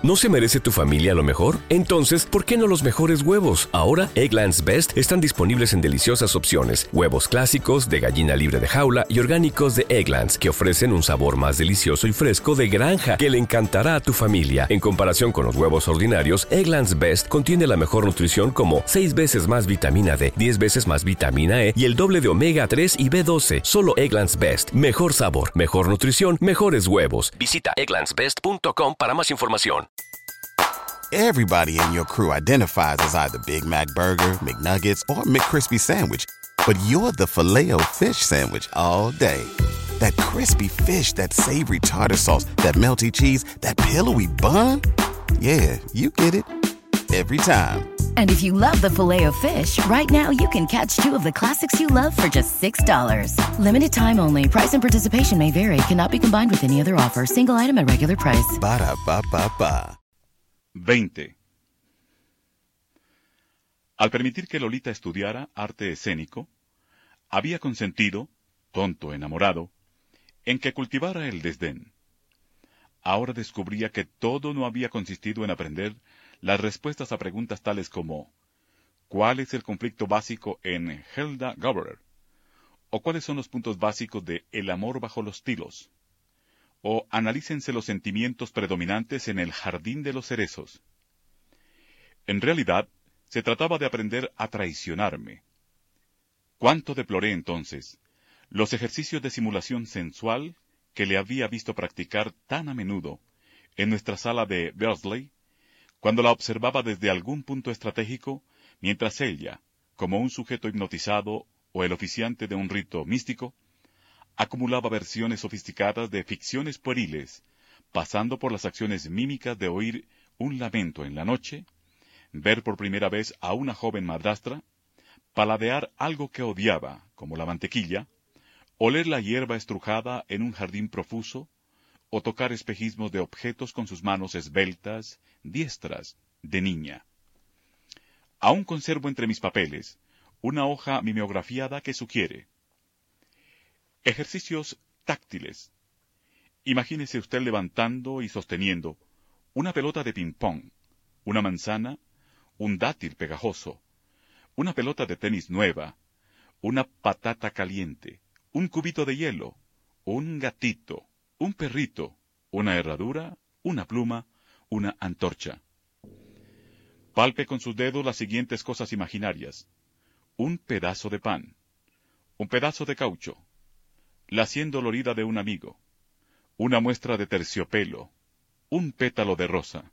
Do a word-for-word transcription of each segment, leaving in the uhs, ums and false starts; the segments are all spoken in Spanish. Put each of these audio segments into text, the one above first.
¿No se merece tu familia lo mejor? Entonces, ¿por qué no los mejores huevos? Ahora, Eggland's Best están disponibles en deliciosas opciones. Huevos clásicos, de gallina libre de jaula y orgánicos de Eggland's, que ofrecen un sabor más delicioso y fresco de granja que le encantará a tu familia. En comparación con los huevos ordinarios, Eggland's Best contiene la mejor nutrición como seis veces más vitamina D, diez veces más vitamina E y el doble de omega tres y B doce. Solo Eggland's Best. Mejor sabor, mejor nutrición, mejores huevos. Visita egglands best punto com para más información. Everybody in your crew identifies as either Big Mac Burger, McNuggets, or McCrispy Sandwich. But you're the Filet-O-Fish Sandwich all day. That crispy fish, that savory tartar sauce, that melty cheese, that pillowy bun. Yeah, you get it. Every time. And if you love the Filet-O-Fish, right now you can catch two of the classics you love for just six dollars. Limited time only. Price and participation may vary. Cannot be combined with any other offer. Single item at regular price. Ba-da-ba-ba-ba. veinte. Al permitir que Lolita estudiara arte escénico, había consentido, tonto enamorado, en que cultivara el desdén. Ahora descubría que todo no había consistido en aprender las respuestas a preguntas tales como ¿cuál es el conflicto básico en Helga Gabler? ¿O cuáles son los puntos básicos de El amor bajo los tilos? O analícense los sentimientos predominantes en el jardín de los cerezos. En realidad, se trataba de aprender a traicionarme. Cuánto deploré entonces los ejercicios de simulación sensual que le había visto practicar tan a menudo en nuestra sala de Bursley, cuando la observaba desde algún punto estratégico, mientras ella, como un sujeto hipnotizado o el oficiante de un rito místico, acumulaba versiones sofisticadas de ficciones pueriles, pasando por las acciones mímicas de oír un lamento en la noche, ver por primera vez a una joven madrastra, paladear algo que odiaba, como la mantequilla, oler la hierba estrujada en un jardín profuso, o tocar espejismos de objetos con sus manos esbeltas, diestras, de niña. Aún conservo entre mis papeles una hoja mimeografiada que sugiere ejercicios táctiles. Imagínese usted levantando y sosteniendo una pelota de ping-pong, una manzana, un dátil pegajoso, una pelota de tenis nueva, una patata caliente, un cubito de hielo, un gatito, un perrito, una herradura, una pluma, una antorcha. Palpe con sus dedos las siguientes cosas imaginarias: un pedazo de pan, un pedazo de caucho, la sien dolorida de un amigo, una muestra de terciopelo, un pétalo de rosa.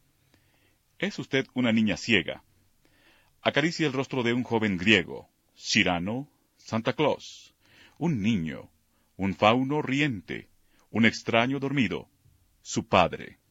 Es usted una niña ciega. Acaricia el rostro de un joven griego, Cyrano, Santa Claus, un niño, un fauno riente, un extraño dormido, su padre.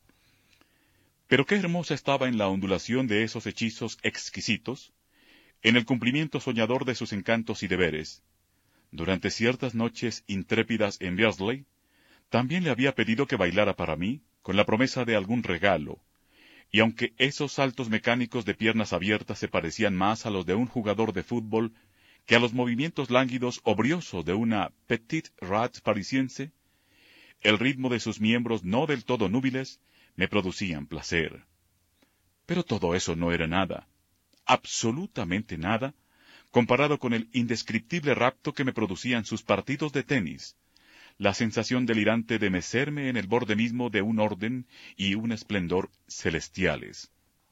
Pero qué hermosa estaba en la ondulación de esos hechizos exquisitos, en el cumplimiento soñador de sus encantos y deberes. Durante ciertas noches intrépidas en Bursley, también le había pedido que bailara para mí, con la promesa de algún regalo, y aunque esos saltos mecánicos de piernas abiertas se parecían más a los de un jugador de fútbol que a los movimientos lánguidos o briosos de una petite rat parisiense, el ritmo de sus miembros no del todo núbiles me producían placer. Pero todo eso no era nada, absolutamente nada, comparado con el indescriptible rapto que me producían sus partidos de tenis, la sensación delirante de mecerme en el borde mismo de un orden y un esplendor celestiales.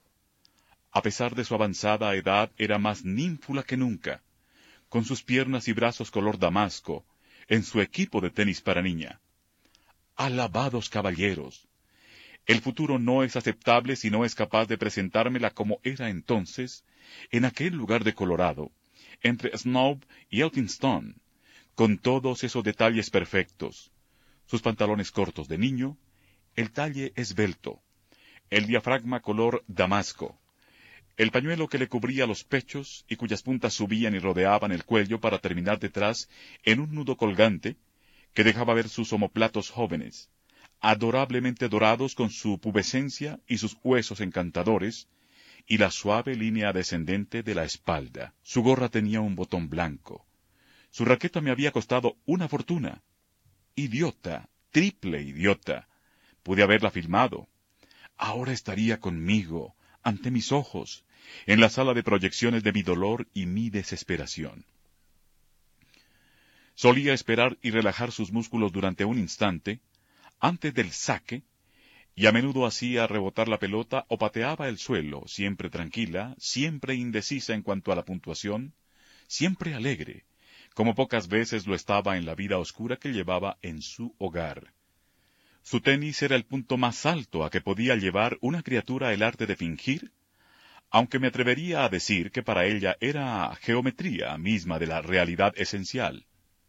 A pesar de su avanzada edad, era más ninfula que nunca, con sus piernas y brazos color damasco, en su equipo de tenis para niña. Alabados caballeros, el futuro no es aceptable si no es capaz de presentármela como era entonces, en aquel lugar de Colorado, entre Snob y Elphinstone, con todos esos detalles perfectos, sus pantalones cortos de niño, el talle esbelto, el diafragma color damasco, el pañuelo que le cubría los pechos y cuyas puntas subían y rodeaban el cuello para terminar detrás en un nudo colgante que dejaba ver sus omoplatos jóvenes, adorablemente dorados con su pubescencia y sus huesos encantadores, y la suave línea descendente de la espalda. Su gorra tenía un botón blanco. Su raqueta me había costado una fortuna. Idiota, triple idiota. Pude haberla filmado. ahora estaría conmigo, ante mis ojos, en la sala de proyecciones de mi dolor y mi desesperación. Solía esperar y relajar sus músculos durante un instante, antes del saque, y a menudo hacía rebotar la pelota o pateaba el suelo, siempre tranquila, siempre indecisa en cuanto a la puntuación, siempre alegre, como pocas veces lo estaba en la vida oscura que llevaba en su hogar. Su tenis era el punto más alto a que podía llevar una criatura el arte de fingir, aunque me atrevería a decir que para ella era geometría misma de la realidad esencial.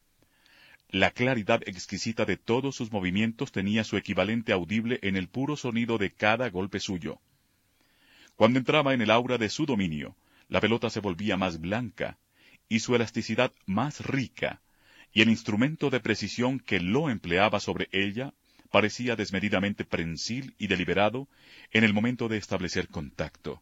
La claridad exquisita de todos sus movimientos tenía su equivalente audible en el puro sonido de cada golpe suyo. Cuando entraba en el aura de su dominio, la pelota se volvía más blanca, y su elasticidad más rica, y el instrumento de precisión que lo empleaba sobre ella parecía desmedidamente prensil y deliberado en el momento de establecer contacto.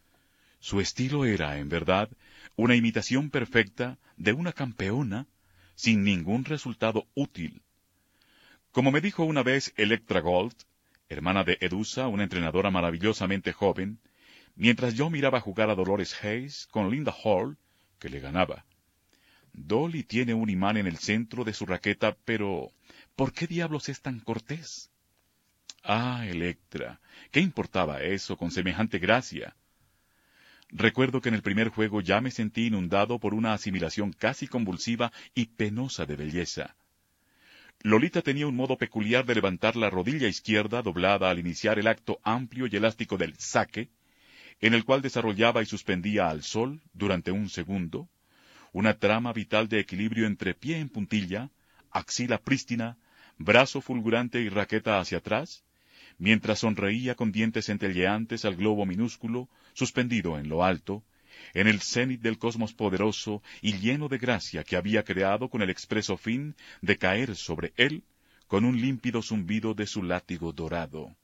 Su estilo era, en verdad, una imitación perfecta de una campeona sin ningún resultado útil. Como me dijo una vez Electra Gold, hermana de Edusa, una entrenadora maravillosamente joven, mientras yo miraba jugar a Dolores Hayes con Linda Hall, que le ganaba. Dolly tiene un imán en el centro de su raqueta, pero ¿por qué diablos es tan cortés? Ah, Electra, ¿qué importaba eso con semejante gracia? Recuerdo que en el primer juego ya me sentí inundado por una asimilación casi convulsiva y penosa de belleza. Lolita tenía un modo peculiar de levantar la rodilla izquierda doblada al iniciar el acto amplio y elástico del saque, en el cual desarrollaba y suspendía al sol, durante un segundo, una trama vital de equilibrio entre pie en puntilla, axila prístina, brazo fulgurante y raqueta hacia atrás, mientras sonreía con dientes centelleantes al globo minúsculo, suspendido en lo alto, en el cenit del cosmos poderoso y lleno de gracia que había creado con el expreso fin de caer sobre él con un límpido zumbido de su látigo dorado.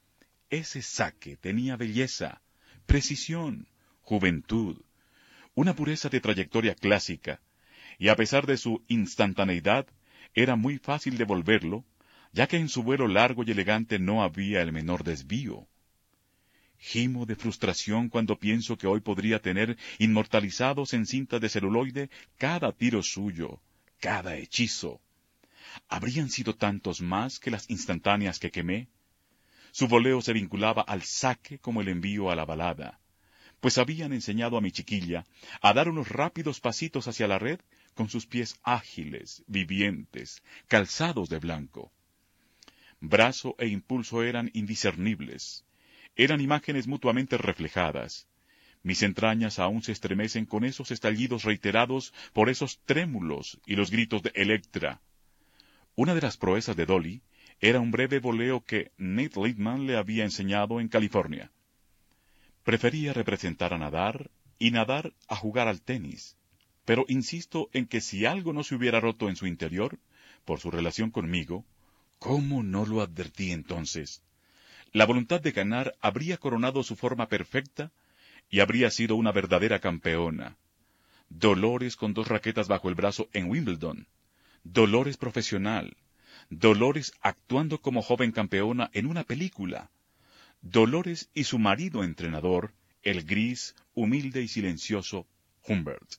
Ese saque tenía belleza, precisión, juventud, una pureza de trayectoria clásica, y a pesar de su instantaneidad, era muy fácil devolverlo, ya que en su vuelo largo y elegante no había el menor desvío. Gimo de frustración cuando pienso que hoy podría tener inmortalizados en cinta de celuloide cada tiro suyo, cada hechizo. ¿Habrían sido tantos más que las instantáneas que quemé? Su voleo se vinculaba al saque como el envío a la balada, pues habían enseñado a mi chiquilla a dar unos rápidos pasitos hacia la red con sus pies ágiles, vivientes, calzados de blanco. Brazo e impulso eran indiscernibles, eran imágenes mutuamente reflejadas. Mis entrañas aún se estremecen con esos estallidos reiterados por esos trémulos y los gritos de Electra. Una de las proezas de Dolly era un breve voleo que Nate Littman le había enseñado en California. Prefería representar a nadar y nadar a jugar al tenis, pero insisto en que si algo no se hubiera roto en su interior, por su relación conmigo, ¿cómo no lo advertí entonces? La voluntad de ganar habría coronado su forma perfecta y habría sido una verdadera campeona. Dolores con dos raquetas bajo el brazo en Wimbledon, Dolores profesional, Dolores actuando como joven campeona en una película, Dolores y su marido entrenador, el gris, humilde y silencioso Humbert.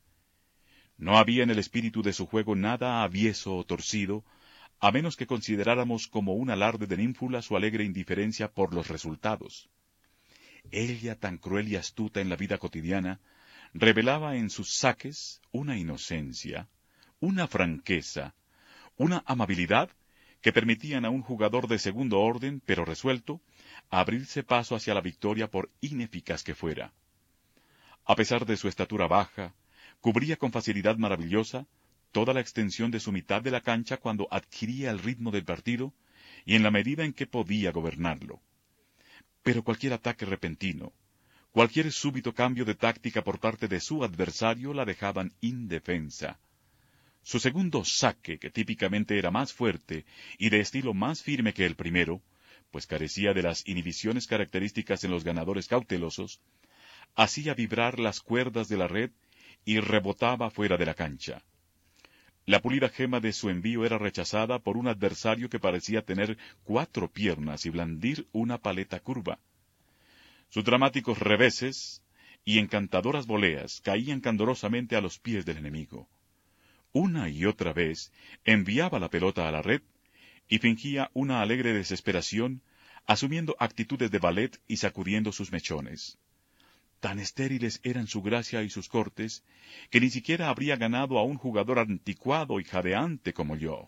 No había en el espíritu de su juego nada avieso o torcido, a menos que consideráramos como un alarde de ninfula su alegre indiferencia por los resultados. Ella, tan cruel y astuta en la vida cotidiana, revelaba en sus saques una inocencia, una franqueza, una amabilidad que permitían a un jugador de segundo orden, pero resuelto, abrirse paso hacia la victoria por ineficaz que fuera. A pesar de su estatura baja, cubría con facilidad maravillosa toda la extensión de su mitad de la cancha cuando adquiría el ritmo del partido y en la medida en que podía gobernarlo. Pero cualquier ataque repentino, cualquier súbito cambio de táctica por parte de su adversario la dejaban indefensa. Su segundo saque, que típicamente era más fuerte y de estilo más firme que el primero, pues carecía de las inhibiciones características en los ganadores cautelosos, hacía vibrar las cuerdas de la red y rebotaba fuera de la cancha. La pulida gema de su envío era rechazada por un adversario que parecía tener cuatro piernas y blandir una paleta curva. Sus dramáticos reveses y encantadoras voleas caían candorosamente a los pies del enemigo. Una y otra vez enviaba la pelota a la red y fingía una alegre desesperación, asumiendo actitudes de ballet y sacudiendo sus mechones. Tan estériles eran su gracia y sus cortes, que ni siquiera habría ganado a un jugador anticuado y jadeante como yo.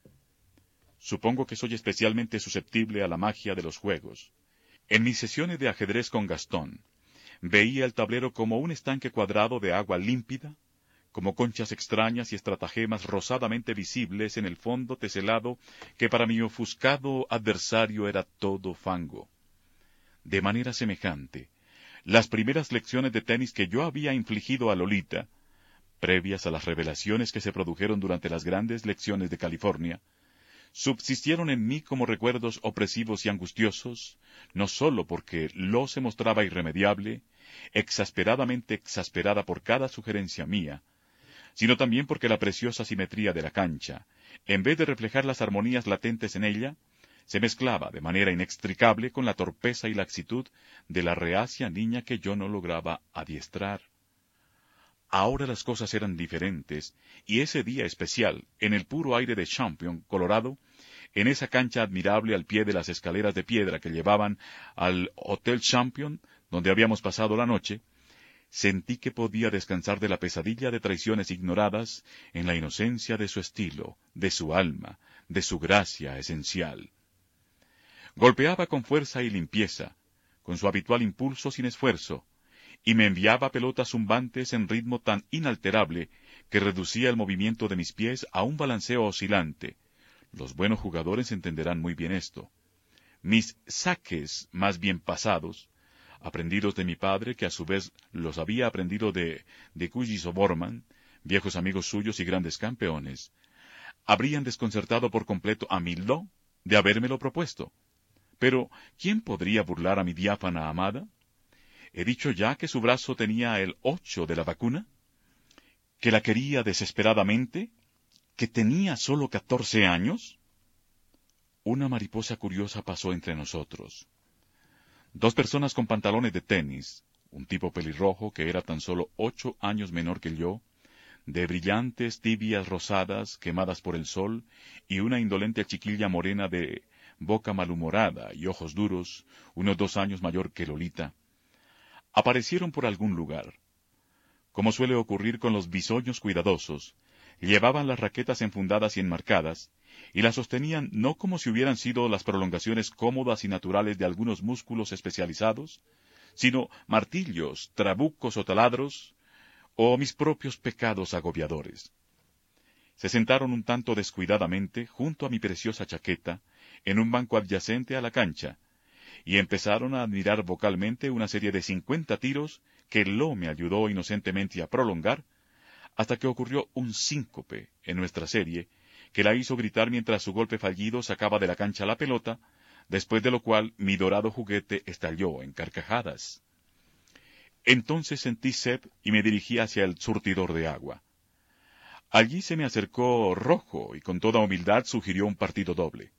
Supongo que soy especialmente susceptible a la magia de los juegos. En mis sesiones de ajedrez con Gastón, veía el tablero como un estanque cuadrado de agua límpida, como conchas extrañas y estratagemas rosadamente visibles en el fondo teselado que para mi ofuscado adversario era todo fango. De manera semejante, las primeras lecciones de tenis que yo había infligido a Lolita, previas a las revelaciones que se produjeron durante las grandes lecciones de California, subsistieron en mí como recuerdos opresivos y angustiosos, no sólo porque Lo se mostraba irremediable, exasperadamente exasperada por cada sugerencia mía, sino también porque la preciosa simetría de la cancha, en vez de reflejar las armonías latentes en ella, se mezclaba de manera inextricable con la torpeza y laxitud de la reacia niña que yo no lograba adiestrar. Ahora las cosas eran diferentes, y ese día especial, en el puro aire de Champion, Colorado, en esa cancha admirable al pie de las escaleras de piedra que llevaban al Hotel Champion, donde habíamos pasado la noche, sentí que podía descansar de la pesadilla de traiciones ignoradas en la inocencia de su estilo, de su alma, de su gracia esencial. Golpeaba con fuerza y limpieza, con su habitual impulso sin esfuerzo, y me enviaba pelotas zumbantes en ritmo tan inalterable que reducía el movimiento de mis pies a un balanceo oscilante. Los buenos jugadores entenderán muy bien esto. Mis saques más bien pasados, aprendidos de mi padre, que a su vez los había aprendido de, de Cugis O'Borman, viejos amigos suyos y grandes campeones, habrían desconcertado por completo a mi Lo de habérmelo propuesto. Pero, ¿quién podría burlar a mi diáfana amada? ¿He dicho ya que su brazo tenía el ocho de la vacuna? ¿Que la quería desesperadamente? ¿Que tenía solo catorce años? Una mariposa curiosa pasó entre nosotros. Dos personas con pantalones de tenis, un tipo pelirrojo que era tan solo ocho años menor que yo, de brillantes tibias rosadas quemadas por el sol, y una indolente chiquilla morena de boca malhumorada y ojos duros, unos dos años mayor que Lolita, aparecieron por algún lugar. Como suele ocurrir con los bisoños cuidadosos, llevaban las raquetas enfundadas y enmarcadas, y las sostenían no como si hubieran sido las prolongaciones cómodas y naturales de algunos músculos especializados, sino martillos, trabucos o taladros, o mis propios pecados agobiadores. Se sentaron un tanto descuidadamente junto a mi preciosa chaqueta, en un banco adyacente a la cancha, y empezaron a admirar vocalmente una serie de cincuenta tiros que Lo me ayudó inocentemente a prolongar, hasta que ocurrió un síncope en nuestra serie, que la hizo gritar mientras su golpe fallido sacaba de la cancha la pelota, después de lo cual mi dorado juguete estalló en carcajadas. Entonces sentí sed y me dirigí hacia el surtidor de agua. Allí se me acercó Rojo y con toda humildad sugirió un partido doble.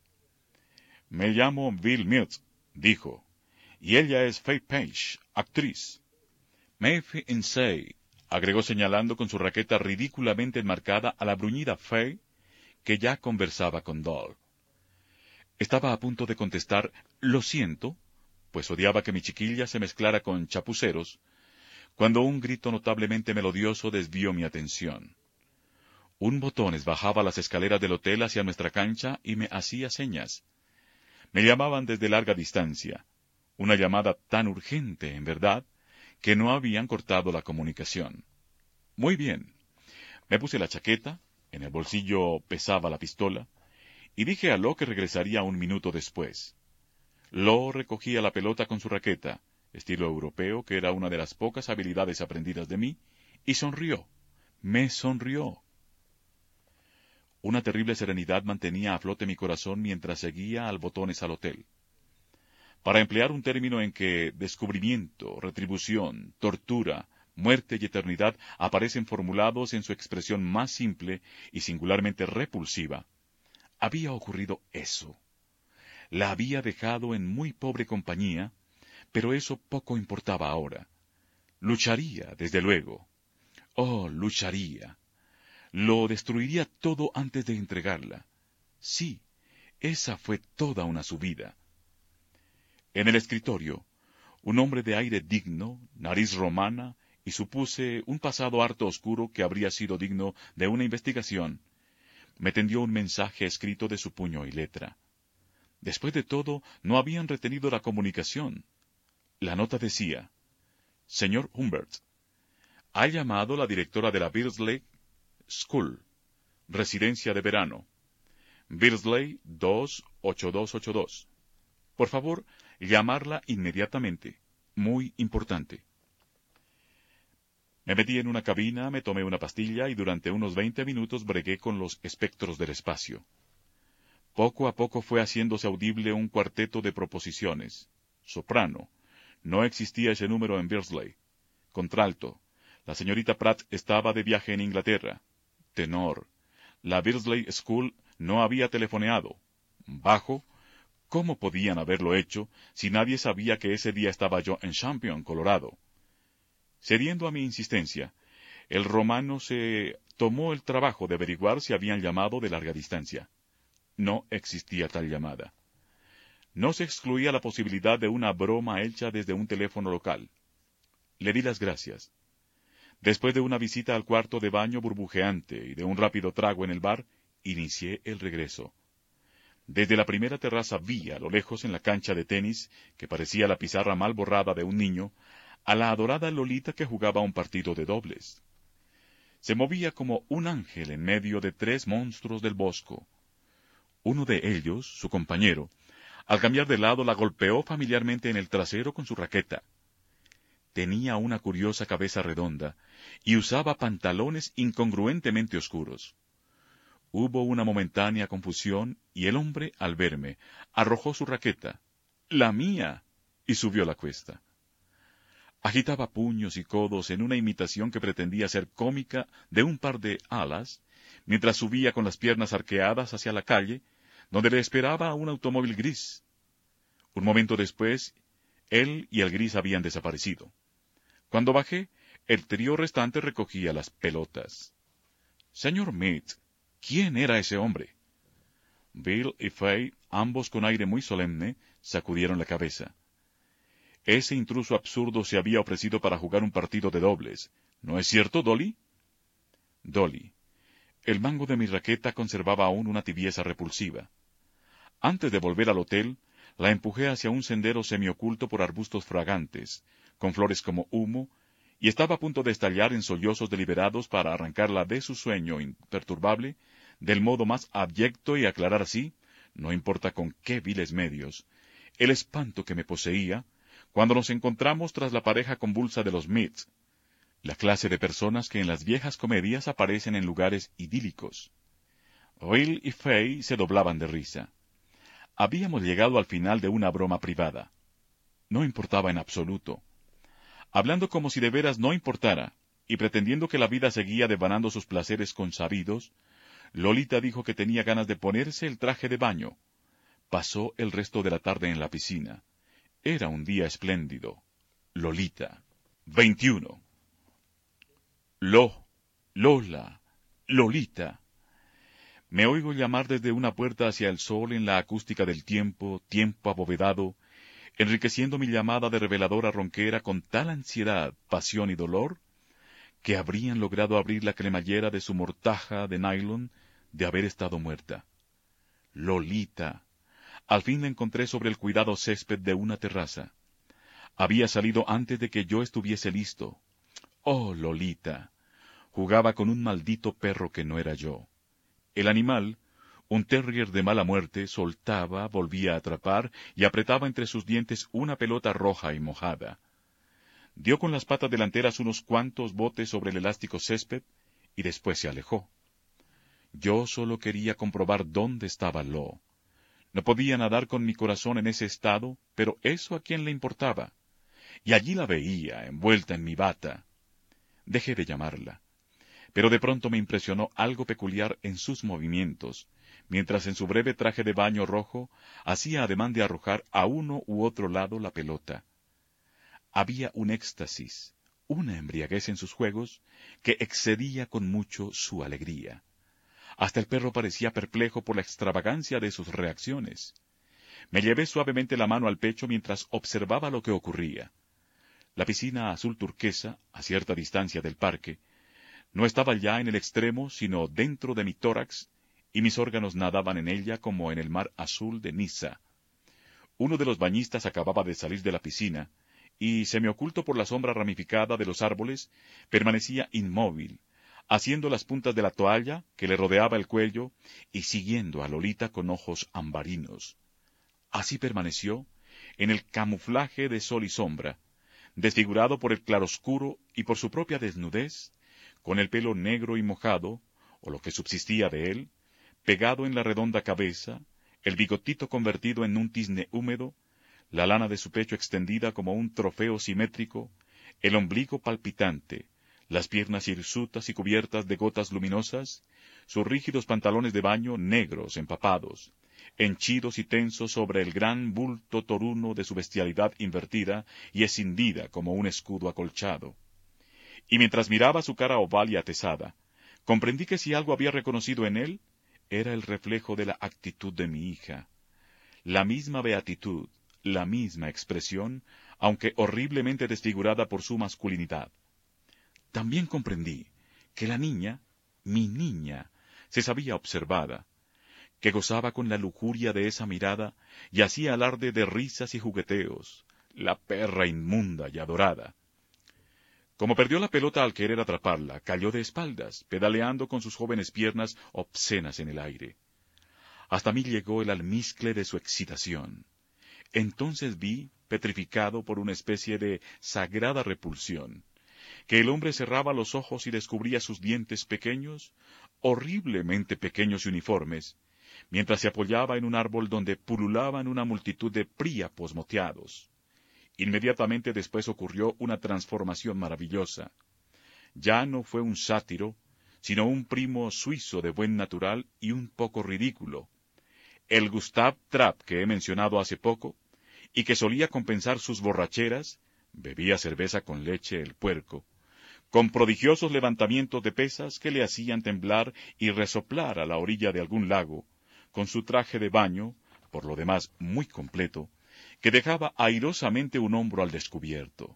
Me llamo Bill Mills, dijo, y ella es Faye Page, actriz. Maybe Insane, agregó señalando con su raqueta ridículamente enmarcada a la bruñida Faye, que ya conversaba con Doll. Estaba a punto de contestar, lo siento, pues odiaba que mi chiquilla se mezclara con chapuceros, cuando un grito notablemente melodioso desvió mi atención. Un botones bajaba las escaleras del hotel hacia nuestra cancha y me hacía señas. Me llamaban desde larga distancia, una llamada tan urgente, en verdad, que no habían cortado la comunicación. Muy bien. Me puse la chaqueta, en el bolsillo pesaba la pistola, y dije a Lo que regresaría un minuto después. Lo recogía la pelota con su raqueta, estilo europeo, que era una de las pocas habilidades aprendidas de mí, y sonrió. Me sonrió. Una terrible serenidad mantenía a flote mi corazón mientras seguía al botones al hotel. Para emplear un término en que descubrimiento, retribución, tortura, muerte y eternidad aparecen formulados en su expresión más simple y singularmente repulsiva. Había ocurrido eso. La había dejado en muy pobre compañía, pero eso poco importaba ahora. Lucharía, desde luego. Oh, lucharía. Lo destruiría todo antes de entregarla. Sí, esa fue toda una subida. En el escritorio, un hombre de aire digno, nariz romana, y supuse un pasado harto oscuro que habría sido digno de una investigación, me tendió un mensaje escrito de su puño y letra. Después de todo, no habían retenido la comunicación. La nota decía: Señor Humbert, ha llamado la directora de la Beardsley School, residencia de verano, Beardsley dos ocho dos ocho dos. Por favor, llamarla inmediatamente. Muy importante. Me metí en una cabina, me tomé una pastilla y durante unos veinte minutos bregué con los espectros del espacio. Poco a poco fue haciéndose audible un cuarteto de proposiciones. Soprano. No existía ese número en Beardsley. Contralto. La señorita Pratt estaba de viaje en Inglaterra. Tenor. La Beardsley School no había telefoneado. Bajo. ¿Cómo podían haberlo hecho si nadie sabía que ese día estaba yo en Champion, Colorado? Cediendo a mi insistencia, el romano se tomó el trabajo de averiguar si habían llamado de larga distancia. No existía tal llamada. No se excluía la posibilidad de una broma hecha desde un teléfono local. Le di las gracias. Después de una visita al cuarto de baño burbujeante y de un rápido trago en el bar, inicié el regreso. Desde la primera terraza vi, a lo lejos en la cancha de tenis, que parecía la pizarra mal borrada de un niño, a la adorada Lolita que jugaba un partido de dobles. Se movía como un ángel en medio de tres monstruos del bosco. Uno de ellos, su compañero, al cambiar de lado la golpeó familiarmente en el trasero con su raqueta. Tenía una curiosa cabeza redonda y usaba pantalones incongruentemente oscuros. Hubo una momentánea confusión y el hombre, al verme, arrojó su raqueta, ¡la mía!, y subió la cuesta. Agitaba puños y codos en una imitación que pretendía ser cómica de un par de alas, mientras subía con las piernas arqueadas hacia la calle, donde le esperaba un automóvil gris. Un momento después, él y el gris habían desaparecido. Cuando bajé, el trío restante recogía las pelotas. Señor Mead, ¿quién era ese hombre? Bill y Fay, ambos con aire muy solemne, sacudieron la cabeza. Ese intruso absurdo se había ofrecido para jugar un partido de dobles. ¿No es cierto, Dolly? Dolly. El mango de mi raqueta conservaba aún una tibieza repulsiva. Antes de volver al hotel, la empujé hacia un sendero semioculto por arbustos fragantes, con flores como humo, y estaba a punto de estallar en sollozos deliberados para arrancarla de su sueño imperturbable, del modo más abyecto y aclarar así, no importa con qué viles medios, el espanto que me poseía, cuando nos encontramos tras la pareja convulsa de los Meads, la clase de personas que en las viejas comedias aparecen en lugares idílicos. Will y Fay se doblaban de risa. Habíamos llegado al final de una broma privada. No importaba en absoluto. Hablando como si de veras no importara, y pretendiendo que la vida seguía devanando sus placeres consabidos, Lolita dijo que tenía ganas de ponerse el traje de baño. Pasó el resto de la tarde en la piscina. Era un día espléndido. Lolita. veintiuno. Lo, Lola, Lolita. Me oigo llamar desde una puerta hacia el sol en la acústica del tiempo, tiempo abovedado, enriqueciendo mi llamada de reveladora ronquera con tal ansiedad, pasión y dolor, que habrían logrado abrir la cremallera de su mortaja de nylon de haber estado muerta. Lolita. Al fin la encontré sobre el cuidado césped de una terraza. Había salido antes de que yo estuviese listo. Oh, Lolita. Jugaba con un maldito perro que no era yo. El animal, un terrier de mala muerte, soltaba, volvía a atrapar y apretaba entre sus dientes una pelota roja y mojada. Dio con las patas delanteras unos cuantos botes sobre el elástico césped y después se alejó. Yo solo quería comprobar dónde estaba Lo. No podía nadar con mi corazón en ese estado, pero eso a quién le importaba. Y allí la veía, envuelta en mi bata. dejé de llamarla. Pero de pronto me impresionó algo peculiar en sus movimientos, mientras en su breve traje de baño rojo hacía ademán de arrojar a uno u otro lado la pelota. Había un éxtasis, una embriaguez en sus juegos que excedía con mucho su alegría. Hasta el perro parecía perplejo por la extravagancia de sus reacciones. Me llevé suavemente la mano al pecho mientras observaba lo que ocurría. La piscina azul turquesa, a cierta distancia del parque, no estaba ya en el extremo, sino dentro de mi tórax, y mis órganos nadaban en ella como en el mar azul de Niza. Uno de los bañistas acababa de salir de la piscina, y, semioculto por la sombra ramificada de los árboles, permanecía inmóvil, haciendo las puntas de la toalla que le rodeaba el cuello y siguiendo a Lolita con ojos ambarinos. Así permaneció, en el camuflaje de sol y sombra, desfigurado por el claroscuro y por su propia desnudez, con el pelo negro y mojado, o lo que subsistía de él, pegado en la redonda cabeza, el bigotito convertido en un tizne húmedo, la lana de su pecho extendida como un trofeo simétrico, el ombligo palpitante, las piernas hirsutas y cubiertas de gotas luminosas, sus rígidos pantalones de baño negros empapados, henchidos y tensos sobre el gran bulto toruno de su bestialidad invertida y escindida como un escudo acolchado. Y mientras miraba su cara oval y atezada, comprendí que si algo había reconocido en él, era el reflejo de la actitud de mi hija. La misma beatitud, la misma expresión, aunque horriblemente desfigurada por su masculinidad. También comprendí que la niña, mi niña, se sabía observada, que gozaba con la lujuria de esa mirada y hacía alarde de risas y jugueteos, la perra inmunda y adorada. Como perdió la pelota al querer atraparla, cayó de espaldas, pedaleando con sus jóvenes piernas obscenas en el aire. Hasta mí llegó el almizcle de su excitación. Entonces vi, petrificado por una especie de sagrada repulsión, que el hombre cerraba los ojos y descubría sus dientes pequeños, horriblemente pequeños y uniformes, mientras se apoyaba en un árbol donde pululaban una multitud de príapos moteados. Inmediatamente después ocurrió una transformación maravillosa. Ya no fue un sátiro, sino un primo suizo de buen natural y un poco ridículo. El Gustav Trapp que he mencionado hace poco, y que solía compensar sus borracheras, bebía cerveza con leche el puerco, con prodigiosos levantamientos de pesas que le hacían temblar y resoplar a la orilla de algún lago, con su traje de baño, por lo demás muy completo, que dejaba airosamente un hombro al descubierto.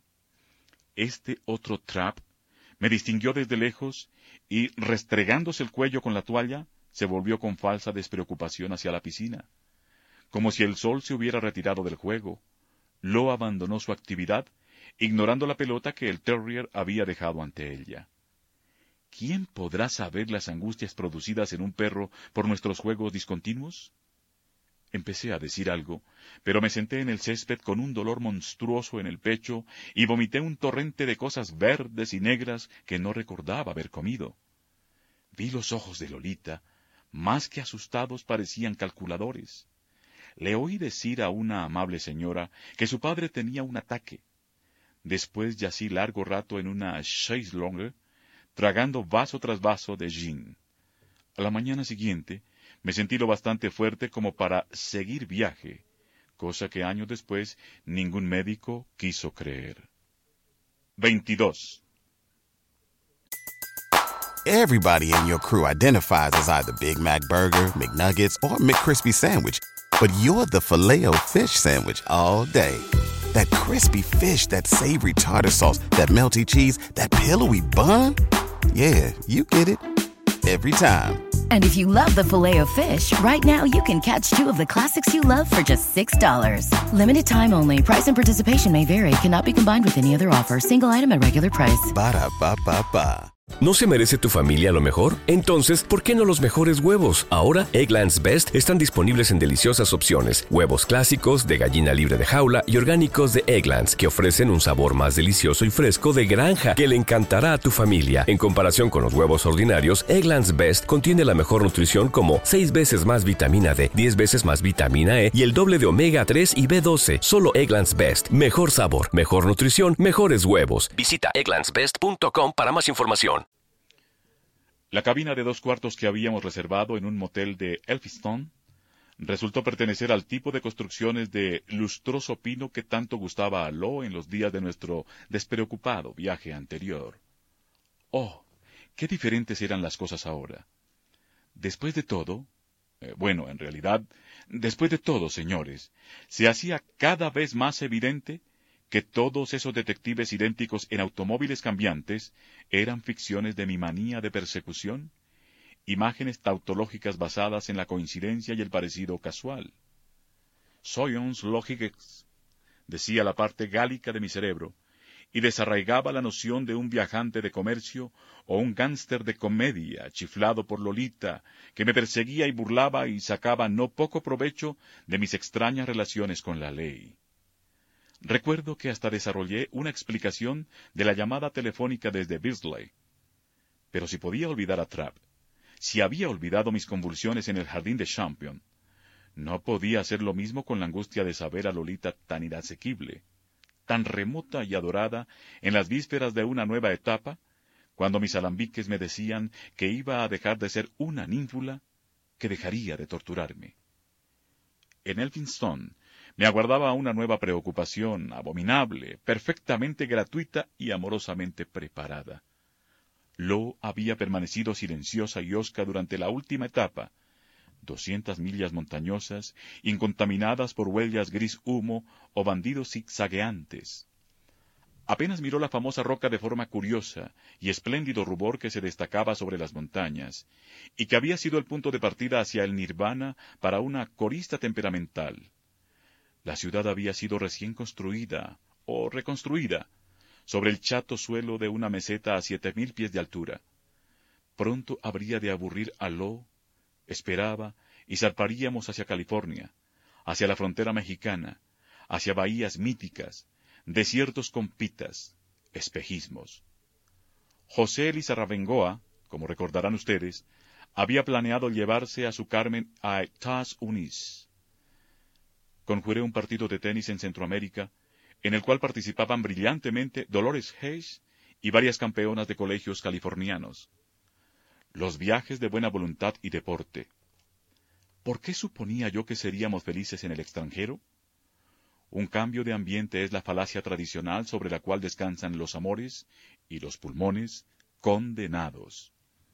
Este otro Trapp me distinguió desde lejos y, restregándose el cuello con la toalla, se volvió con falsa despreocupación hacia la piscina. Como si el sol se hubiera retirado del juego, Lo abandonó su actividad, ignorando la pelota que el terrier había dejado ante ella. ¿Quién podrá saber las angustias producidas en un perro por nuestros juegos discontinuos? Empecé a decir algo, pero me senté en el césped con un dolor monstruoso en el pecho y vomité un torrente de cosas verdes y negras que no recordaba haber comido. Vi los ojos de Lolita, más que asustados parecían calculadores. Le oí decir a una amable señora que su padre tenía un ataque. Después yací largo rato en una chaise longue, tragando vaso tras vaso de gin. A la mañana siguiente me sentí lo bastante fuerte como para seguir viaje, cosa que años después ningún médico quiso creer. veintidós. Everybody in your crew identifies as either Big Mac Burger, McNuggets, or McCrispy Sandwich, but you're the Filet-O-Fish Sandwich all day. That crispy fish, that savory tartar sauce, that melty cheese, that pillowy bun. Yeah, you get it. Every time. And if you love the Filet-O-Fish, right now you can catch two of the classics you love for just six dollars. Limited time only. Price and participation may vary. Cannot be combined with any other offer. Single item at regular price. Ba-da-ba-ba-ba. ¿No se merece tu familia lo mejor? Entonces, ¿por qué no los mejores huevos? Ahora, Eggland's Best están disponibles en deliciosas opciones. Huevos clásicos, de gallina libre de jaula y orgánicos de Eggland's, que ofrecen un sabor más delicioso y fresco de granja que le encantará a tu familia. En comparación con los huevos ordinarios, Eggland's Best contiene la mejor nutrición como seis veces más vitamina D, diez veces más vitamina E y el doble de omega tres y B doce. Solo Eggland's Best. Mejor sabor, mejor nutrición, mejores huevos. Visita egglands best punto com para más información. La cabina de dos cuartos que habíamos reservado en un motel de Elphinstone resultó pertenecer al tipo de construcciones de lustroso pino que tanto gustaba a Lo en los días de nuestro despreocupado viaje anterior. Oh, qué diferentes eran las cosas ahora. Después de todo, eh, bueno, en realidad, después de todo, señores, se hacía cada vez más evidente que todos esos detectives idénticos en automóviles cambiantes eran ficciones de mi manía de persecución, imágenes tautológicas basadas en la coincidencia y el parecido casual. Soyons logiques, decía la parte gálica de mi cerebro, y desarraigaba la noción de un viajante de comercio o un gánster de comedia chiflado por Lolita, que me perseguía y burlaba y sacaba no poco provecho de mis extrañas relaciones con la ley. Recuerdo que hasta desarrollé una explicación de la llamada telefónica desde Beardsley. Pero si podía olvidar a Trapp, si había olvidado mis convulsiones en el jardín de Champion, no podía hacer lo mismo con la angustia de saber a Lolita tan inasequible, tan remota y adorada en las vísperas de una nueva etapa, cuando mis alambiques me decían que iba a dejar de ser una ninfula, que dejaría de torturarme. En Elphinstone me aguardaba una nueva preocupación, abominable, perfectamente gratuita y amorosamente preparada. Lo había permanecido silenciosa y hosca durante la última etapa, doscientas millas montañosas, incontaminadas por huellas gris humo o bandidos zigzagueantes. Apenas miró la famosa roca de forma curiosa y espléndido rubor que se destacaba sobre las montañas, y que había sido el punto de partida hacia el nirvana para una corista temperamental. La ciudad había sido recién construida, o reconstruida, sobre el chato suelo de una meseta a siete mil pies de altura. Pronto habría de aburrir a Lo, esperaba, y zarparíamos hacia California, hacia la frontera mexicana, hacia bahías míticas, desiertos con pitas, espejismos. José Lizarrabengoa, como recordarán ustedes, había planeado llevarse a su Carmen a États-Unis. Conjuré un partido de tenis en Centroamérica, en el cual participaban brillantemente Dolores Hayes y varias campeonas de colegios californianos. Los viajes de buena voluntad y deporte. ¿Por qué suponía yo que seríamos felices en el extranjero? Un cambio de ambiente es la falacia tradicional sobre la cual descansan los amores y los pulmones condenados.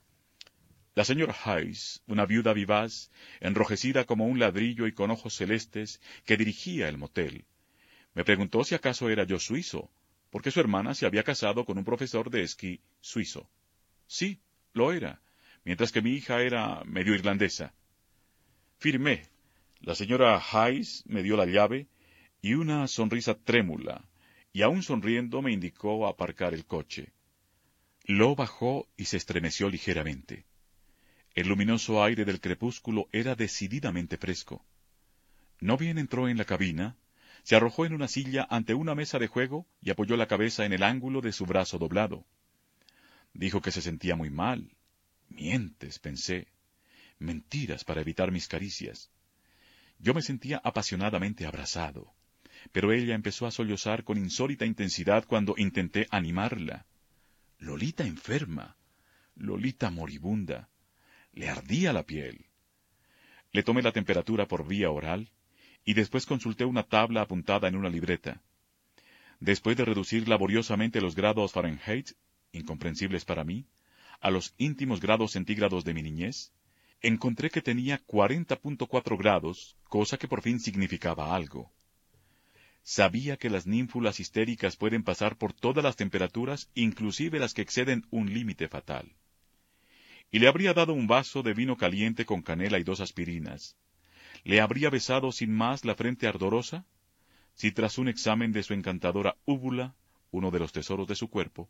La señora Hayes, una viuda vivaz, enrojecida como un ladrillo y con ojos celestes, que dirigía el motel, me preguntó si acaso era yo suizo, porque su hermana se había casado con un profesor de esquí suizo. Sí, lo era, mientras que mi hija era medio irlandesa. Firmé. La señora Hayes me dio la llave y una sonrisa trémula, y aún sonriendo me indicó aparcar el coche. Lo bajó y se estremeció ligeramente. El luminoso aire del crepúsculo era decididamente fresco. No bien entró en la cabina, se arrojó en una silla ante una mesa de juego y apoyó la cabeza en el ángulo de su brazo doblado. Dijo que se sentía muy mal. Mientes, pensé. Mentiras para evitar mis caricias. Yo me sentía apasionadamente abrazado, pero ella empezó a sollozar con insólita intensidad cuando intenté animarla. Lolita enferma, Lolita moribunda. Le ardía la piel. Le tomé la temperatura por vía oral, y después consulté una tabla apuntada en una libreta. Después de reducir laboriosamente los grados Fahrenheit, incomprensibles para mí, a los íntimos grados centígrados de mi niñez, encontré que tenía cuarenta punto cuatro grados, cosa que por fin significaba algo. Sabía que las ninfulas histéricas pueden pasar por todas las temperaturas, inclusive las que exceden un límite fatal. Y le habría dado un vaso de vino caliente con canela y dos aspirinas. ¿Le habría besado sin más la frente ardorosa? Si tras un examen de su encantadora úvula, uno de los tesoros de su cuerpo,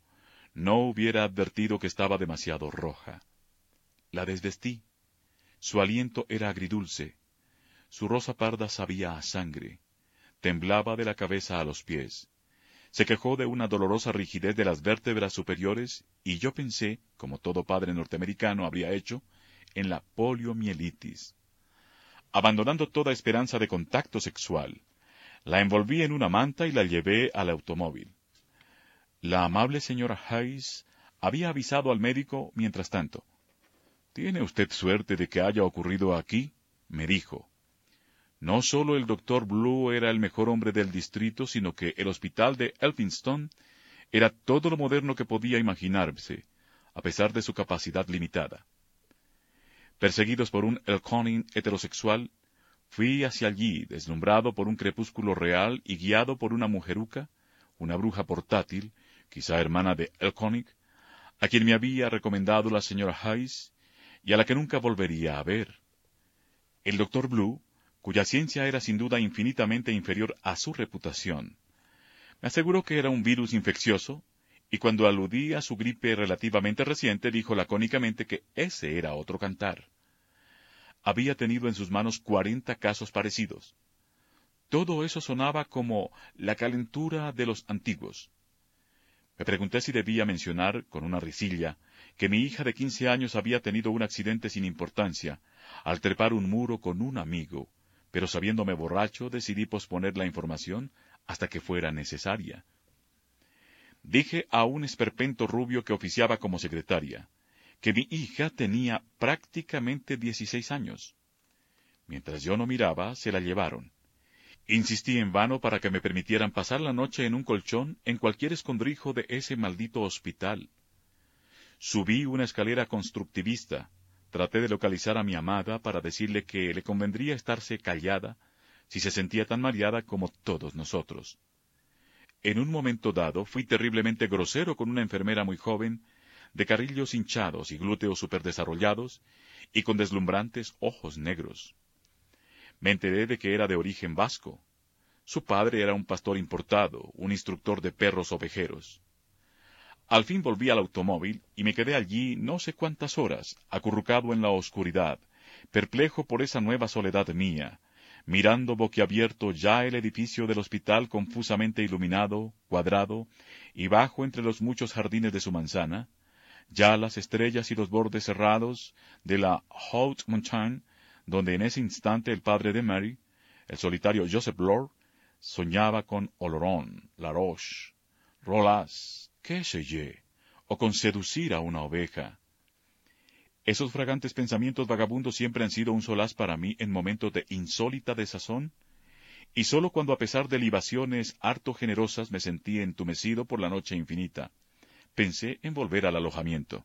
no hubiera advertido que estaba demasiado roja. La desvestí. Su aliento era agridulce. Su rosa parda sabía a sangre. Temblaba de la cabeza a los pies. Se quejó de una dolorosa rigidez de las vértebras superiores, y yo pensé, como todo padre norteamericano habría hecho, en la poliomielitis. Abandonando toda esperanza de contacto sexual, la envolví en una manta y la llevé al automóvil. La amable señora Hayes había avisado al médico mientras tanto. «Tiene usted suerte de que haya ocurrido aquí», me dijo. No solo el doctor Blue era el mejor hombre del distrito, sino que el hospital de Elphinstone era todo lo moderno que podía imaginarse, a pesar de su capacidad limitada. Perseguidos por un Elkonin heterosexual, fui hacia allí, deslumbrado por un crepúsculo real y guiado por una mujeruca, una bruja portátil, quizá hermana de Elkonin, a quien me había recomendado la señora Hayes, y a la que nunca volvería a ver. El doctor Blue, cuya ciencia era sin duda infinitamente inferior a su reputación, me aseguró que era un virus infeccioso, y cuando aludí a su gripe relativamente reciente, dijo lacónicamente que ese era otro cantar. Había tenido en sus manos cuarenta casos parecidos. Todo eso sonaba como la calentura de los antiguos. Me pregunté si debía mencionar, con una risilla, que mi hija de quince años había tenido un accidente sin importancia, al trepar un muro con un amigo, pero sabiéndome borracho, decidí posponer la información hasta que fuera necesaria. Dije a un esperpento rubio que oficiaba como secretaria, que mi hija tenía prácticamente dieciséis años. Mientras yo no miraba, se la llevaron. Insistí en vano para que me permitieran pasar la noche en un colchón en cualquier escondrijo de ese maldito hospital. Subí una escalera constructivista, traté de localizar a mi amada para decirle que le convendría estarse callada si se sentía tan mareada como todos nosotros. En un momento dado fui terriblemente grosero con una enfermera muy joven, de carrillos hinchados y glúteos superdesarrollados, y con deslumbrantes ojos negros. Me enteré de que era de origen vasco. Su padre era un pastor importado, un instructor de perros ovejeros. Al fin volví al automóvil y me quedé allí no sé cuántas horas, acurrucado en la oscuridad, perplejo por esa nueva soledad mía, mirando boquiabierto ya el edificio del hospital confusamente iluminado, cuadrado, y bajo entre los muchos jardines de su manzana, ya las estrellas y los bordes cerrados de la Haute Montagne, donde en ese instante el padre de Mary, el solitario Joseph Lord, soñaba con Oloron, La Roche, Rolas, qué sé yo, o con seducir a una oveja. Esos fragantes pensamientos vagabundos siempre han sido un solaz para mí en momentos de insólita desazón, y sólo cuando a pesar de libaciones harto generosas me sentí entumecido por la noche infinita, pensé en volver al alojamiento.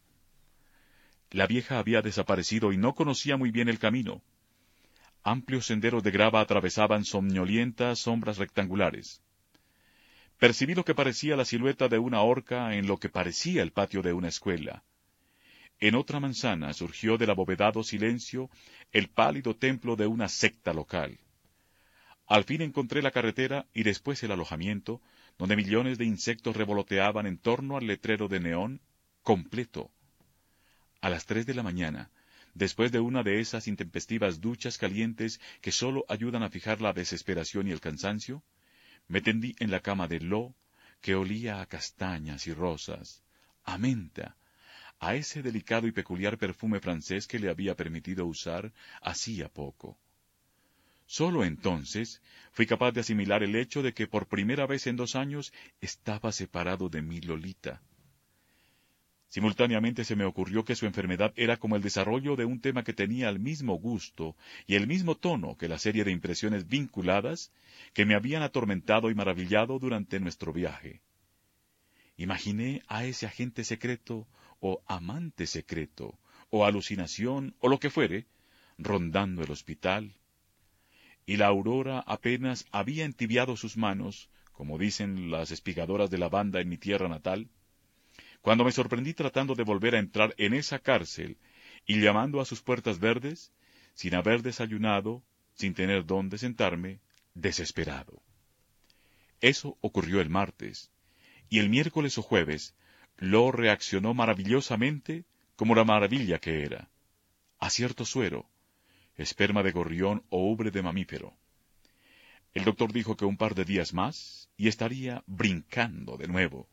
La vieja había desaparecido y no conocía muy bien el camino. Amplios senderos de grava atravesaban somnolientas sombras rectangulares. Percibí lo que parecía la silueta de una horca en lo que parecía el patio de una escuela. En otra manzana surgió del abovedado silencio el pálido templo de una secta local. Al fin encontré la carretera y después el alojamiento, donde millones de insectos revoloteaban en torno al letrero de neón completo. A las tres de la mañana, después de una de esas intempestivas duchas calientes que sólo ayudan a fijar la desesperación y el cansancio, me tendí en la cama de Lo, que olía a castañas y rosas, a menta, a ese delicado y peculiar perfume francés que le había permitido usar hacía poco. Sólo entonces fui capaz de asimilar el hecho de que por primera vez en dos años estaba separado de mi Lolita. Simultáneamente se me ocurrió que su enfermedad era como el desarrollo de un tema que tenía el mismo gusto y el mismo tono que la serie de impresiones vinculadas que me habían atormentado y maravillado durante nuestro viaje. Imaginé a ese agente secreto, o amante secreto, o alucinación, o lo que fuere, rondando el hospital. Y la aurora apenas había entibiado sus manos, como dicen las espigadoras de lavanda en mi tierra natal, cuando me sorprendí tratando de volver a entrar en esa cárcel y llamando a sus puertas verdes, sin haber desayunado, sin tener dónde sentarme, desesperado. Eso ocurrió el martes, y el miércoles o jueves Lo reaccionó maravillosamente como la maravilla que era. Acierto suero, esperma de gorrión o ubre de mamífero. El doctor dijo que un par de días más y estaría brincando de nuevo.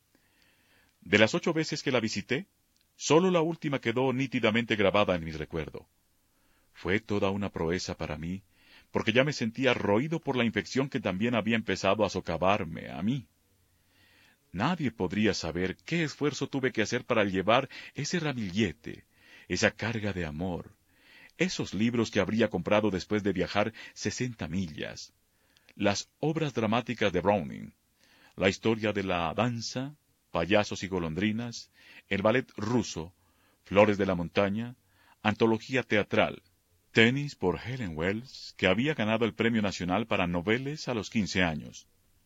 De las ocho veces que la visité, sólo la última quedó nítidamente grabada en mi recuerdo. Fue toda una proeza para mí, porque ya me sentía roído por la infección que también había empezado a socavarme a mí. Nadie podría saber qué esfuerzo tuve que hacer para llevar ese ramillete, esa carga de amor, esos libros que habría comprado después de viajar sesenta millas, las obras dramáticas de Browning, la historia de la danza, payasos y golondrinas, el ballet ruso, Flores de la montaña, antología teatral, tenis por Helen Wells, que había ganado el Premio Nacional para Noveles a los quince años.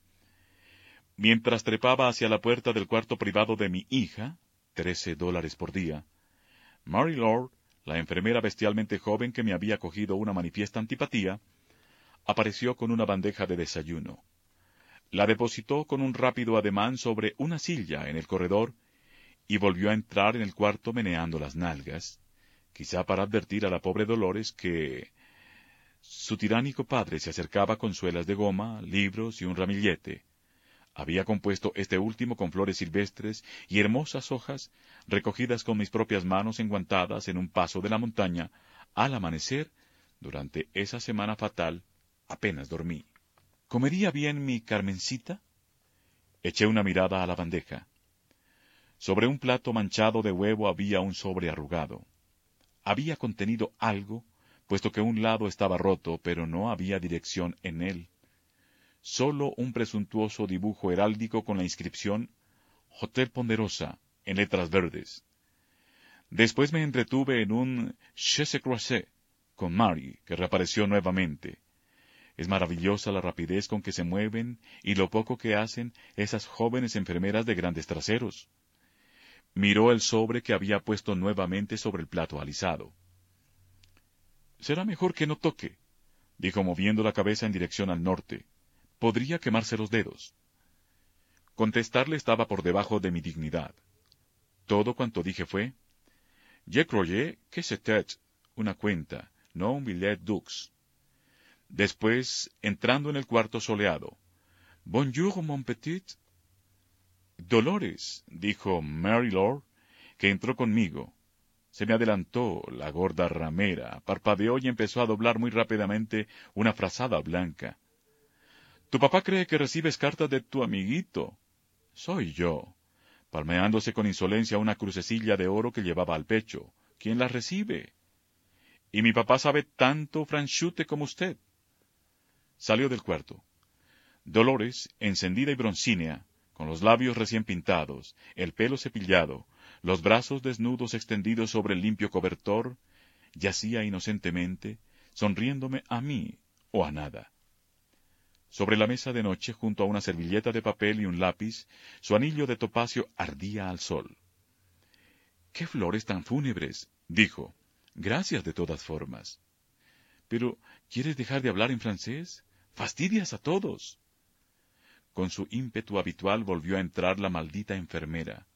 Mientras trepaba hacia la puerta del cuarto privado de mi hija, trece dólares por día, Mary Lord, la enfermera bestialmente joven que me había cogido una manifiesta antipatía, apareció con una bandeja de desayuno. La depositó con un rápido ademán sobre una silla en el corredor y volvió a entrar en el cuarto meneando las nalgas, quizá para advertir a la pobre Dolores que su tiránico padre se acercaba con suelas de goma, libros y un ramillete. Había compuesto este último con flores silvestres y hermosas hojas recogidas con mis propias manos enguantadas en un paso de la montaña al amanecer. Durante esa semana fatal apenas dormí. ¿Comería bien mi Carmencita? Eché una mirada a la bandeja. Sobre un plato manchado de huevo había un sobre arrugado. Había contenido algo, puesto que un lado estaba roto, pero no había dirección en él. Solo un presuntuoso dibujo heráldico con la inscripción Hotel Ponderosa, en letras verdes. Después me entretuve en un chassé-croisé con Mary, que reapareció nuevamente. Es maravillosa la rapidez con que se mueven y lo poco que hacen esas jóvenes enfermeras de grandes traseros. Miró el sobre que había puesto nuevamente sobre el plato alisado. «Será mejor que no toque», dijo moviendo la cabeza en dirección al norte. «Podría quemarse los dedos». Contestarle estaba por debajo de mi dignidad. Todo cuanto dije fue, «Je croyais que c'était una cuenta, no un billet doux». Después, entrando en el cuarto soleado, «Bonjour, mon petit». «Dolores», dijo Mary Lord, que entró conmigo. Se me adelantó la gorda ramera, parpadeó y empezó a doblar muy rápidamente una frazada blanca. «Tu papá cree que recibes cartas de tu amiguito». «Soy yo», palmeándose con insolencia una crucecilla de oro que llevaba al pecho. «¿Quién las recibe?» «Y mi papá sabe tanto franchute como usted». Salió del cuarto. Dolores, encendida y broncínea, con los labios recién pintados, el pelo cepillado, los brazos desnudos extendidos sobre el limpio cobertor, yacía inocentemente, sonriéndome a mí o a nada. Sobre la mesa de noche, junto a una servilleta de papel y un lápiz, su anillo de topacio ardía al sol. «¡Qué flores tan fúnebres!», dijo. «Gracias de todas formas». «Pero, ¿quieres dejar de hablar en francés? Fastidias a todos». Con su ímpetu habitual volvió a entrar la maldita enfermera.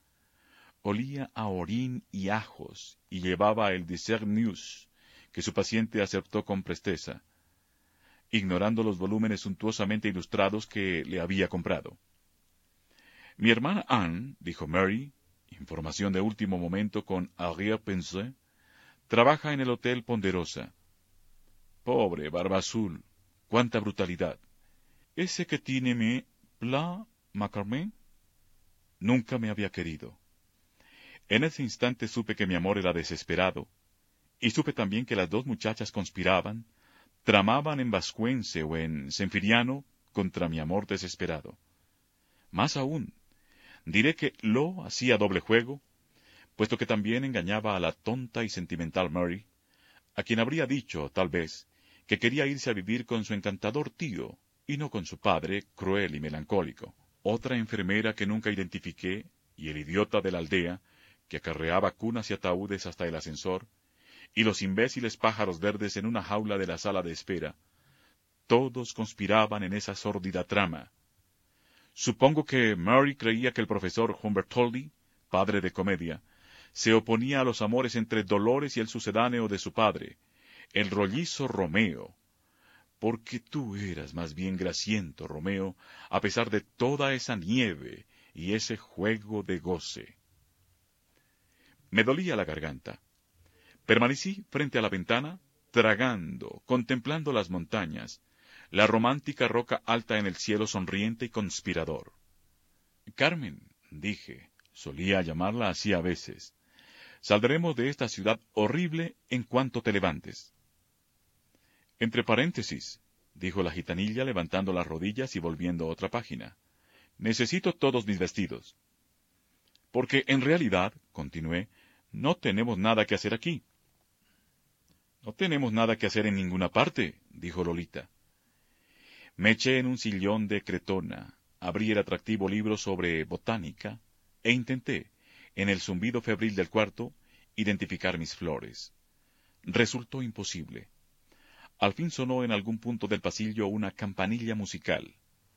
Olía a orín y ajos, y llevaba el dessert news, que su paciente aceptó con presteza, ignorando los volúmenes suntuosamente ilustrados que le había comprado. «Mi hermana Anne», dijo Mary, información de último momento con arrière-pensée, «trabaja en el Hotel Ponderosa». «Pobre barba azul, cuánta brutalidad». «¿Ese que tiene me pla, ma Carmen?» Nunca me había querido. En ese instante supe que mi amor era desesperado, y supe también que las dos muchachas conspiraban, tramaban en vascuence o en senfiriano contra mi amor desesperado. Más aún, diré que Lo hacía doble juego, puesto que también engañaba a la tonta y sentimental Mary, a quien habría dicho, tal vez, que quería irse a vivir con su encantador tío, y no con su padre, cruel y melancólico. Otra enfermera que nunca identifiqué, y el idiota de la aldea, que acarreaba cunas y ataúdes hasta el ascensor, y los imbéciles pájaros verdes en una jaula de la sala de espera, todos conspiraban en esa sórdida trama. Supongo que Mary creía que el profesor Humbert Toldy padre de comedia, se oponía a los amores entre Dolores y el sucedáneo de su padre, el rollizo Romeo, porque tú eras más bien grasiento, Romeo, a pesar de toda esa nieve y ese juego de goce. Me dolía la garganta. Permanecí frente a la ventana, tragando, contemplando las montañas, la romántica roca alta en el cielo sonriente y conspirador. Carmen, dije, solía llamarla así a veces, saldremos de esta ciudad horrible en cuanto te levantes. Entre paréntesis, dijo la gitanilla levantando las rodillas y volviendo a otra página, necesito todos mis vestidos. Porque en realidad, continué, no tenemos nada que hacer aquí. No tenemos nada que hacer en ninguna parte, dijo Lolita. Me eché en un sillón de cretona, abrí el atractivo libro sobre botánica, e intenté, en el zumbido febril del cuarto, identificar mis flores. Resultó imposible. Al fin sonó en algún punto del pasillo una campanilla musical.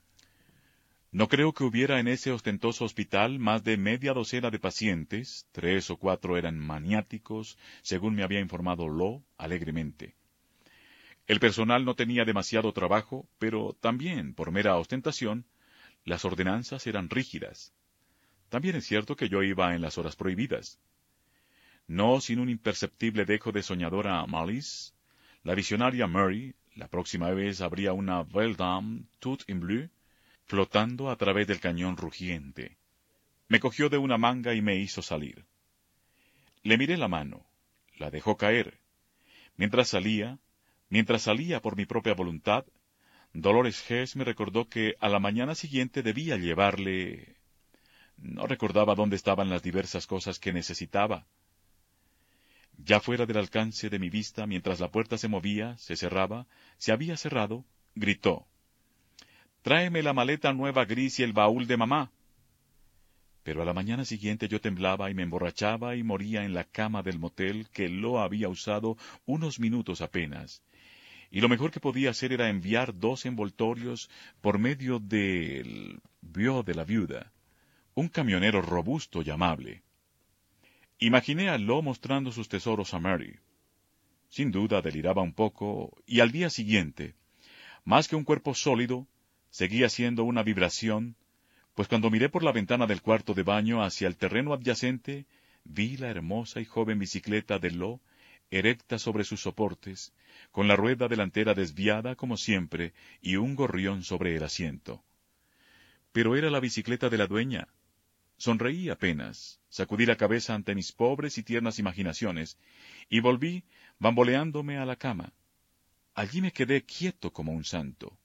No creo que hubiera en ese ostentoso hospital más de media docena de pacientes, tres o cuatro eran maniáticos, según me había informado Lo alegremente. El personal no tenía demasiado trabajo, pero también, por mera ostentación, las ordenanzas eran rígidas. También es cierto que yo iba en las horas prohibidas. No sin un imperceptible dejo de soñadora Malice, la visionaria Murray, la próxima vez habría una Belle Dame toute en bleu, flotando a través del cañón rugiente. Me cogió de una manga y me hizo salir. Le miré la mano, la dejó caer. Mientras salía, mientras salía por mi propia voluntad, Dolores Hess me recordó que a la mañana siguiente debía llevarle... No recordaba dónde estaban las diversas cosas que necesitaba. Ya fuera del alcance de mi vista, mientras la puerta se movía, se cerraba, se había cerrado, gritó: «Tráeme la maleta nueva gris y el baúl de mamá». Pero a la mañana siguiente yo temblaba y me emborrachaba y moría en la cama del motel que Lo había usado unos minutos apenas. Y lo mejor que podía hacer era enviar dos envoltorios por medio del Bureau de la Viuda, un camionero robusto y amable. Imaginé a Lo mostrando sus tesoros a Mary. Sin duda deliraba un poco, y al día siguiente, más que un cuerpo sólido, seguía siendo una vibración, pues cuando miré por la ventana del cuarto de baño hacia el terreno adyacente, vi la hermosa y joven bicicleta de Lo, erecta sobre sus soportes, con la rueda delantera desviada como siempre y un gorrión sobre el asiento. Pero era la bicicleta de la dueña. Sonreí apenas, sacudí la cabeza ante mis pobres y tiernas imaginaciones, y volví bamboleándome a la cama. Allí me quedé quieto como un santo.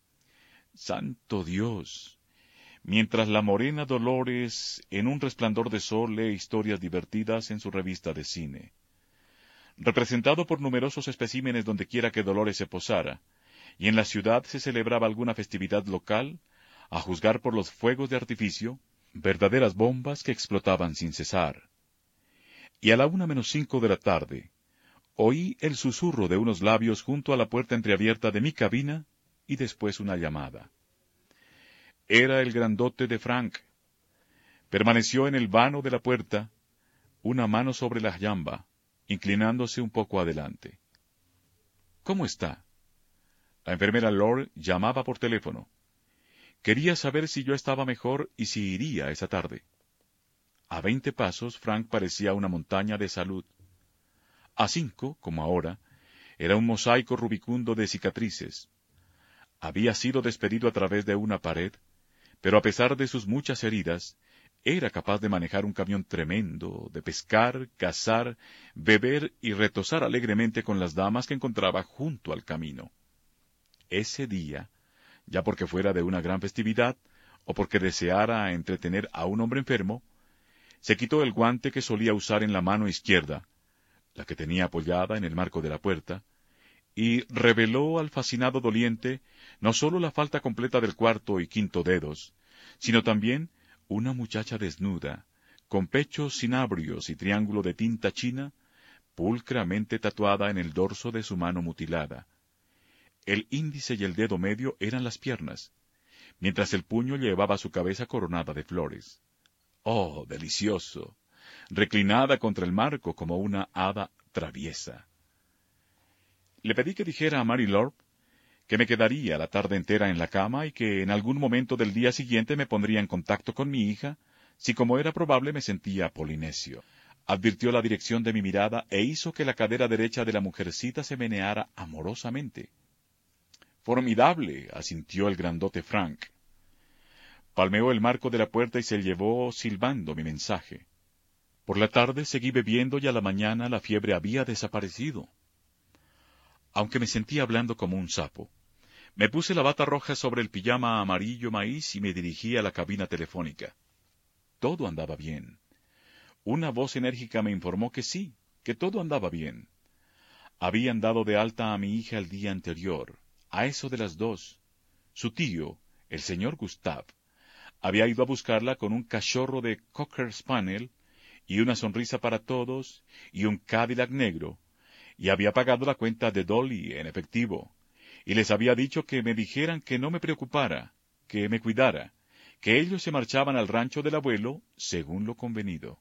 ¡Santo Dios! Mientras la morena Dolores, en un resplandor de sol, lee historias divertidas en su revista de cine. Representado por numerosos especímenes dondequiera que Dolores se posara, y en la ciudad se celebraba alguna festividad local, a juzgar por los fuegos de artificio, verdaderas bombas que explotaban sin cesar. Y a la una menos cinco de la tarde, oí el susurro de unos labios junto a la puerta entreabierta de mi cabina, y después una llamada. Era el grandote de Frank. Permaneció en el vano de la puerta, una mano sobre la jamba, inclinándose un poco adelante. —¿Cómo está? La enfermera Lord llamaba por teléfono. Quería saber si yo estaba mejor y si iría esa tarde. A veinte pasos, Frank parecía una montaña de salud. A cinco, como ahora, era un mosaico rubicundo de cicatrices. Había sido despedido a través de una pared, pero a pesar de sus muchas heridas, era capaz de manejar un camión tremendo, de pescar, cazar, beber y retozar alegremente con las damas que encontraba junto al camino. Ese día, ya porque fuera de una gran festividad, o porque deseara entretener a un hombre enfermo, se quitó el guante que solía usar en la mano izquierda, la que tenía apoyada en el marco de la puerta, y reveló al fascinado doliente no sólo la falta completa del cuarto y quinto dedos, sino también una muchacha desnuda, con pechos cinabrios y triángulo de tinta china, pulcramente tatuada en el dorso de su mano mutilada. El índice y el dedo medio eran las piernas, mientras el puño llevaba su cabeza coronada de flores. Oh, delicioso, reclinada contra el marco como una hada traviesa. Le pedí que dijera a Mary Lord que me quedaría la tarde entera en la cama y que en algún momento del día siguiente me pondría en contacto con mi hija, si como era probable me sentía polinesio. Advirtió la dirección de mi mirada e hizo que la cadera derecha de la mujercita se meneara amorosamente. Formidable, asintió el grandote Frank. Palmeó el marco de la puerta y se llevó silbando mi mensaje. Por la tarde seguí bebiendo y a la mañana la fiebre había desaparecido. Aunque me sentía hablando como un sapo, me puse la bata roja sobre el pijama amarillo maíz y me dirigí a la cabina telefónica. Todo andaba bien. Una voz enérgica me informó que sí, que todo andaba bien. Habían dado de alta a mi hija el día anterior, a eso de las dos. Su tío, el señor Gustave, había ido a buscarla con un cachorro de Cocker Spaniel y una sonrisa para todos y un Cadillac negro, y había pagado la cuenta de Dolly en efectivo, y les había dicho que me dijeran que no me preocupara, que me cuidara, que ellos se marchaban al rancho del abuelo según lo convenido.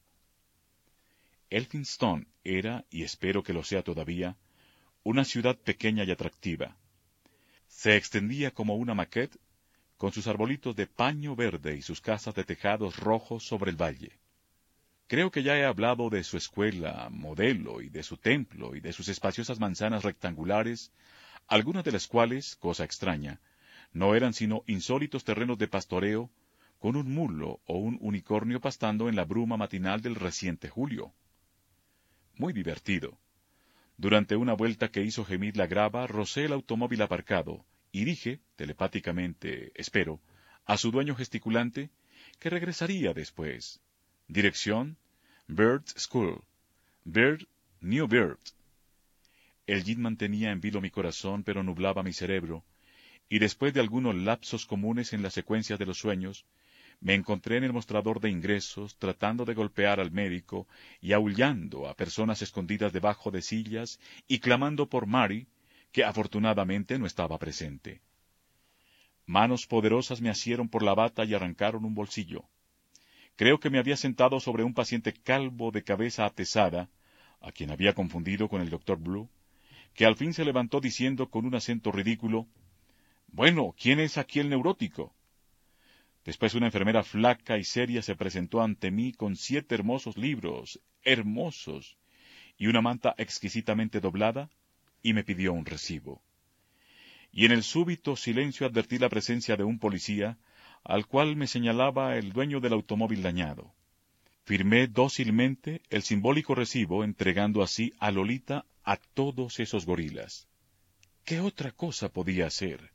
Elphinstone era, y espero que lo sea todavía, una ciudad pequeña y atractiva. Se extendía como una maquette, con sus arbolitos de paño verde y sus casas de tejados rojos sobre el valle. Creo que ya he hablado de su escuela, modelo, y de su templo, y de sus espaciosas manzanas rectangulares, algunas de las cuales, cosa extraña, no eran sino insólitos terrenos de pastoreo, con un mulo o un unicornio pastando en la bruma matinal del reciente julio. Muy divertido. Durante una vuelta que hizo gemir la grava, rocé el automóvil aparcado, y dije, telepáticamente, espero, a su dueño gesticulante, que regresaría después. Dirección, Bird School, Bird, New Bird. El gin mantenía en vilo mi corazón, pero nublaba mi cerebro, y después de algunos lapsos comunes en la secuencia de los sueños, me encontré en el mostrador de ingresos, tratando de golpear al médico y aullando a personas escondidas debajo de sillas y clamando por Mary, que afortunadamente no estaba presente. Manos poderosas me asieron por la bata y arrancaron un bolsillo. Creo que me había sentado sobre un paciente calvo de cabeza atezada, a quien había confundido con el doctor Blue, que al fin se levantó diciendo con un acento ridículo, «Bueno, ¿quién es aquí el neurótico?» Después una enfermera flaca y seria se presentó ante mí con siete hermosos libros, hermosos, y una manta exquisitamente doblada, y me pidió un recibo. Y en el súbito silencio advertí la presencia de un policía, al cual me señalaba el dueño del automóvil dañado. Firmé dócilmente el simbólico recibo, entregando así a Lolita a todos esos gorilas. ¿Qué otra cosa podía hacer?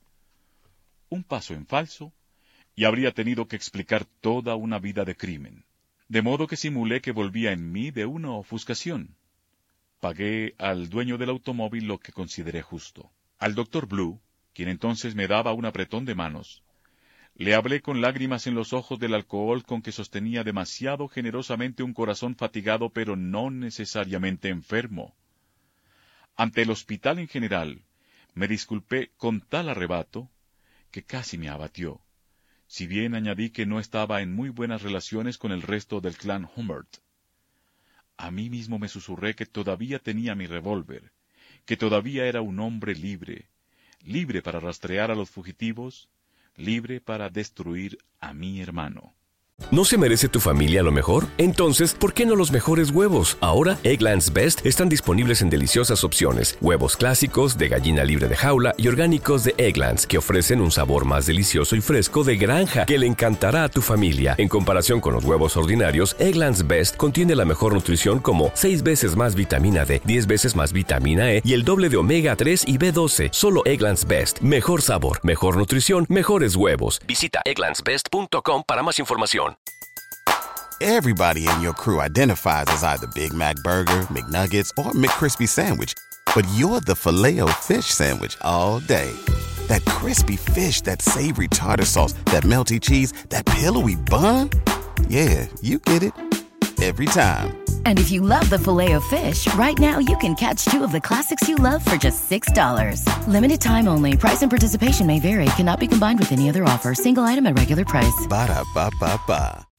Un paso en falso, y habría tenido que explicar toda una vida de crimen, de modo que simulé que volvía en mí de una ofuscación. Pagué al dueño del automóvil lo que consideré justo. Al doctor Blue, quien entonces me daba un apretón de manos, le hablé con lágrimas en los ojos del alcohol con que sostenía demasiado generosamente un corazón fatigado pero no necesariamente enfermo. Ante el hospital en general, me disculpé con tal arrebato que casi me abatió, si bien añadí que no estaba en muy buenas relaciones con el resto del clan Humbert. A mí mismo me susurré que todavía tenía mi revólver, que todavía era un hombre libre, libre para rastrear a los fugitivos, libre para destruir a mi hermano. ¿No se merece tu familia lo mejor? Entonces, ¿por qué no los mejores huevos? Ahora, Eggland's Best están disponibles en deliciosas opciones. Huevos clásicos, de gallina libre de jaula y orgánicos de Eggland's, que ofrecen un sabor más delicioso y fresco de granja que le encantará a tu familia. En comparación con los huevos ordinarios, Eggland's Best contiene la mejor nutrición como seis veces más vitamina D, diez veces más vitamina E y el doble de omega tres y B doce. Solo Eggland's Best. Mejor sabor, mejor nutrición, mejores huevos. Visita egglands best punto com para más información. Everybody in your crew identifies as either Big Mac Burger, McNuggets, or McCrispy Sandwich. But you're the Filet-O-Fish Sandwich all day. That crispy fish, that savory tartar sauce, that melty cheese, that pillowy bun. Yeah, you get it. Every time. And if you love the Filet-O-Fish, right now you can catch two of the classics you love for just six dollars. Limited time only. Price and participation may vary. Cannot be combined with any other offer. Single item at regular price. Ba-da-ba-ba-ba.